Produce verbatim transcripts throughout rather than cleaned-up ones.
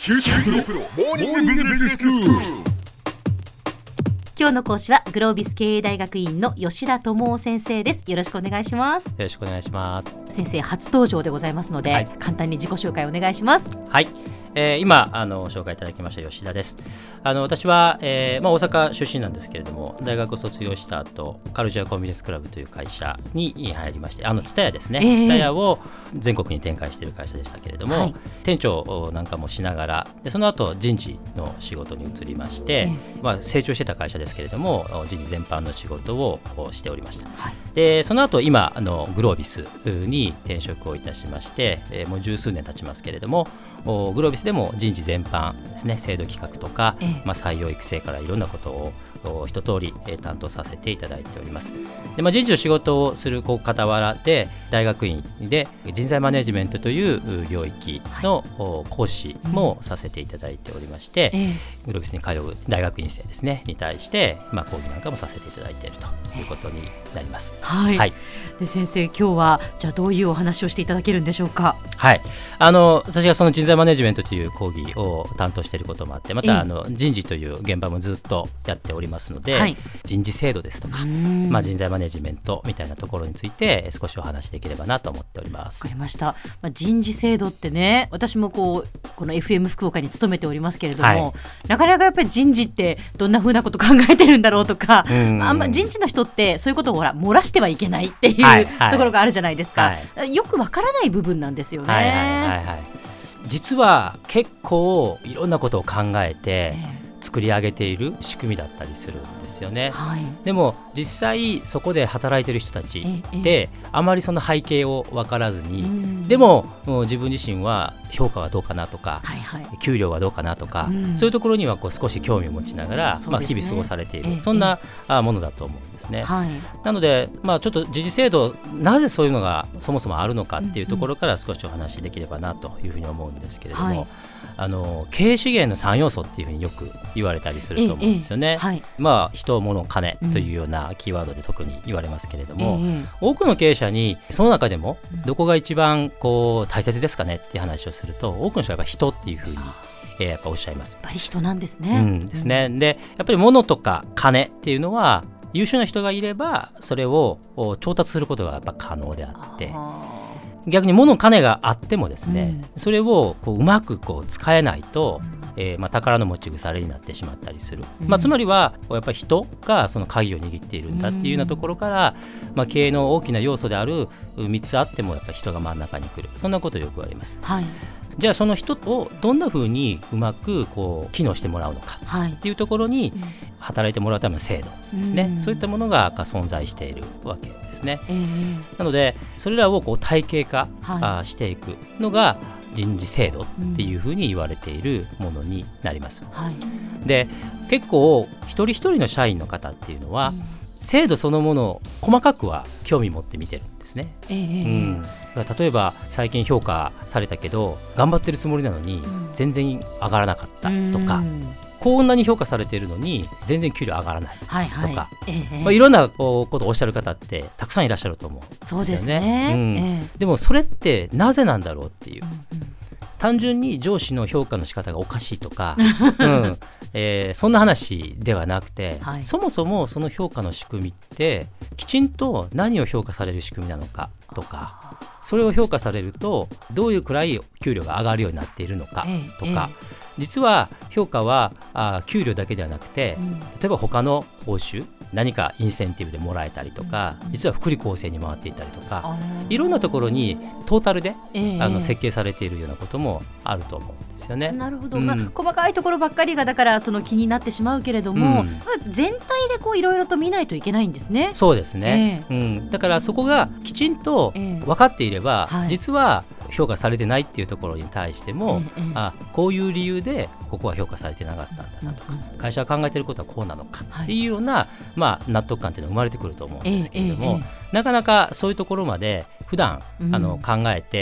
キューティープロモーニングビジネススクール。 今日の講師はグロービス経営大学院の吉田智夫先生です。よろしくお願いします。よろしくお願いします。 先生初登場でございますので、はい、簡単に自己紹介お願いします。 はい、えー、今あの紹介いただきました吉田です。あの私は、えーまあ、大阪出身なんですけれども、大学を卒業した後カルチャーコンビニエンスクラブという会社に入りまして、あのツタヤですね、ツタヤを全国に展開している会社でしたけれども、はい、店長なんかもしながらで、その後人事の仕事に移りまして、えーまあ、成長してた会社ですけれども人事全般の仕事をしておりました、はい、でその後今あのグロービスに転職をいたしまして、えー、もう十数年経ちますけれども、グロービスでも人事全般ですね、制度企画とか、えーまあ、採用育成からいろんなことを一通り担当させていただいております。で、まあ、人事の仕事をする傍らで大学院で人材マネジメントという領域の講師もさせていただいておりまして、はい、グロービスに通う大学院生ですねに対して、まあ、講義なんかもさせていただいているということになります。 はいはい、で先生今日はじゃあどういうお話をしていただけるんでしょうか。 はい、あの私がその人材マネジメントという講義を担当していることもあって、またあの人事という現場もずっとやっておりますので、はい、人事制度ですとか、まあ、人材マネジメントみたいなところについて少しお話しできればなと思っております。 わかりました。まあ、人事制度ってね、私もこうこの エフエム 福岡に勤めておりますけれども、はい、なかなかやっぱり人事ってどんな風なこと考えてるんだろうとか、あんま人事の人ってそういうことをほら漏らしてはいけないっていう、はいはい、ところがあるじゃないですか、はい、よくわからない部分なんですよね。はいはいはいはい、 実は結構いろんなことを考えて、えー作り上げている仕組みだったりするんですよね、はい、でも実際そこで働いている人たちであまりその背景を分からずに、でももう自分自身は評価はどうかなとか、はいはい、給料はどうかなとか、そういうところにはこう少し興味を持ちながら、まあ、日々過ごされている、そんなものだと思うんですね、はい、なので、まあ、ちょっと人事制度なぜそういうのがそもそもあるのかっていうところから少しお話しできればなというふうに思うんですけれども、はい、あの経営資源のさん要素っていうふうによく言われたりすると思うんですよね、ええはい、まあ、人、物、金というようなキーワードで特に言われますけれども、うん、多くの経営者にその中でもどこが一番こう大切ですかねっていう話をすると、多くの人はやっぱ人っていうふうにえー、やっぱおっしゃいます。 やっぱり人なんですね、 うんですね、うん、でやっぱり物とか金っていうのは優秀な人がいればそれを調達することがやっぱ可能であって、逆に物金があってもですね、うん、それをこううまくこう使えないと、うんえーまあ、宝の持ち腐れになってしまったりする、うんまあ、つまりはやっぱり人がその鍵を握っているんだっていうようなところから、うんまあ、経営の大きな要素であるみっつあってもやっぱり人が真ん中に来る、そんなことよくあります、はい、じゃあその人をどんなふうにうまくこう機能してもらうのかっていうところに、はい、働いてもらうための制度ですね、うん、そういったものが存在しているわけですね、えー、なのでそれらをこう体系化、はい、していくのが人事制度っていうふうに言われているものになります、うんはい、で結構一人一人の社員の方っていうのは、うん、制度そのものを細かくは興味持って見てるんですね、えーうん例えば最近評価されたけど頑張ってるつもりなのに全然上がらなかったとか、うん、こんなに評価されているのに全然給料上がらないとか、はいはいええまあ、いろんなことをおっしゃる方ってたくさんいらっしゃると思うんですよね。そうですね、うんええ、でもそれってなぜなんだろうっていう、うんうん、単純に上司の評価の仕方がおかしいとか、うんえー、そんな話ではなくて、はい、そもそもその評価の仕組みってきちんと何を評価される仕組みなのかとか、それを評価されるとどういうくらい給料が上がるようになっているのかとか、ええ、実は評価はあ給料だけではなくて、うん、例えば他の報酬何かインセンティブでもらえたりとか、うん、実は福利厚生に回っていたりとか、いろんなところにトータルで、えー、あの設計されているようなこともあると思うんですよね。 なるほど、うんまあ、細かいところばっかりがだからその気になってしまうけれども、うん、全体でこういろいろと見ないといけないんですね。 そうですね、えーうん、だからそこがきちんと分かっていれば、えーはい、実は評価されてないっていうところに対しても、えー、あこういう理由でここは評価されてなかったんだなとか、うん、会社が考えていることはこうなのかっていうような、はいまあ、納得感っていうのが生まれてくると思うんですけれども、えーえー、なかなかそういうところまで普段、うん、あの考えて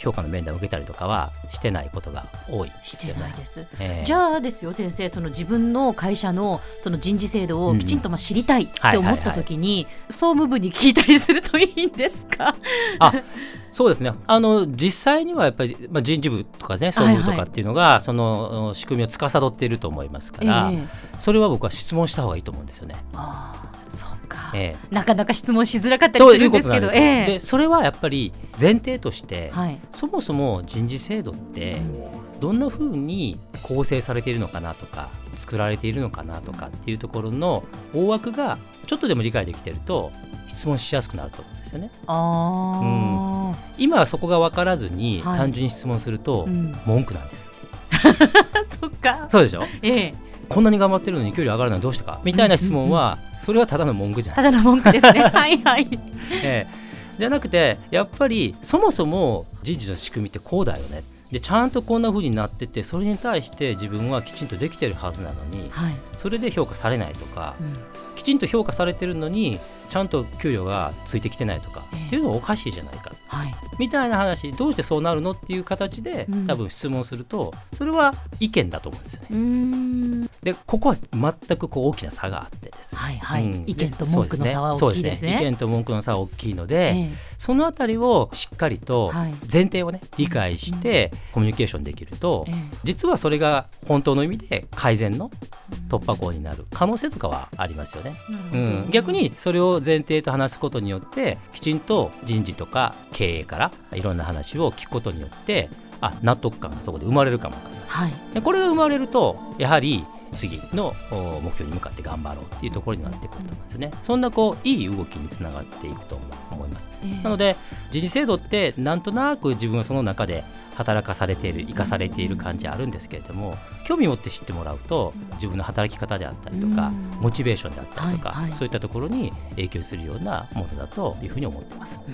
評価の面談を受けたりとかはしてないことが多いですよね。 してないです、 えー、 じゃあですよ先生、その自分の会社のその人事制度をきちんとまあ知りたいって思った時に総務部に聞いたりするといいんですか？ あ、そうですね。あの実際にはやっぱり、まあ、人事部とかね、総務部とかっていうのが、はいはい、その仕組みを司っていると思いますから、えー、それは僕は質問した方がいいと思うんですよね。 あ、そうか、 えー、 なかなか質問しづらかったりするんですけど、 ということなんですよ。えー、でそれはやっぱり前提として、はい、そもそも人事制度ってどんなふうに構成されているのかなとか作られているのかなとかっていうところの大枠がちょっとでも理解できていると質問しやすくなると思うんですよね。 あ、 うん、今はそこが分からずに単純に質問すると文句なんです、 うん、そっか、 そうでしょ、 ええ、 こんなに頑張ってるのに給料上がるのはどうしてかみたいな質問は、うんうんうん、それはただの文句じゃないですか。 ただの文句ですねはいはい、 ええ、じゃなくてやっぱりそもそも人事の仕組みってこうだよね、でちゃんとこんな風になっててそれに対して自分はきちんとできてるはずなのに、はい、それで評価されないとか、うん、きちんと評価されてるのにちゃんと給料がついてきてないとか、えー、っていうのはおかしいじゃないか、はい、みたいな話、どうしてそうなるのっていう形で、うん、多分質問するとそれは意見だと思うんですよね。うーん、でここは全くこう大きな差があってですね、 はいはい、うん、意見と文句の差は大きいですね。そうですね、 意見と文句の差は大きいので、えー、そのあたりをしっかりと前提をね、理解してコミュニケーションできると、うんうん、実はそれが本当の意味で改善の突破口になる可能性とかはありますよね。うん、逆にそれを前提と話すことによってきちんと人事とか経営からいろんな話を聞くことによってあ納得感がそこで生まれるかもわかります、はい、でこれが生まれるとやはり次の目標に向かって頑張ろうっていうところになってくると思うんですよね。そんなこういい動きにつながっていくと思います、えー、なので人事制度ってなんとなく自分はその中で働かされている生かされている感じあるんですけれども、興味を持って知ってもらうと自分の働き方であったりとかモチベーションであったりとか、はいはい、そういったところに影響するようなものだというふうに思っています、うん、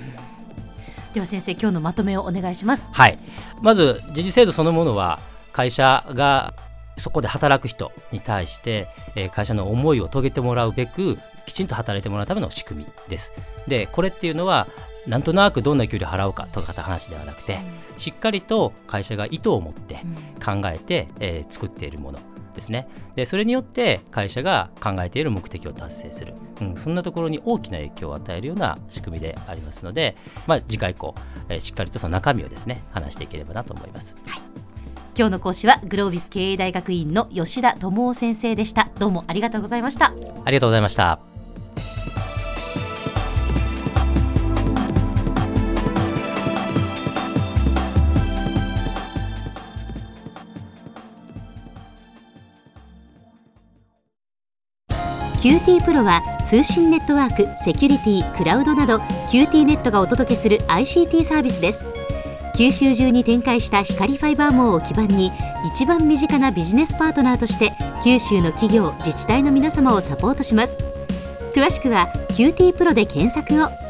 では先生、今日のまとめをお願いします。 はい、まず人事制度そのものは会社がそこで働く人に対して、えー、会社の思いを遂げてもらうべくきちんと働いてもらうための仕組みです。でこれっていうのはなんとなくどんな給料払うかとかって話ではなくて、うん、しっかりと会社が意図を持って考えて、うんえー、作っているものですね。でそれによって会社が考えている目的を達成する、うん、そんなところに大きな影響を与えるような仕組みでありますので、まあ、次回以降、えー、しっかりとその中身をですね話していければなと思います。 はい、今日の講師はグロービス経営大学院の吉田智夫先生でした。どうもありがとうございました。 ありがとうございました。 キューティー プロは通信ネットワーク、セキュリティ、クラウドなど キューティー ネットがお届けする アイシーティー サービスです。九州中に展開した光ファイバー網を基盤に一番身近なビジネスパートナーとして九州の企業、自治体の皆様をサポートします。詳しくは キューティー プロで検索を。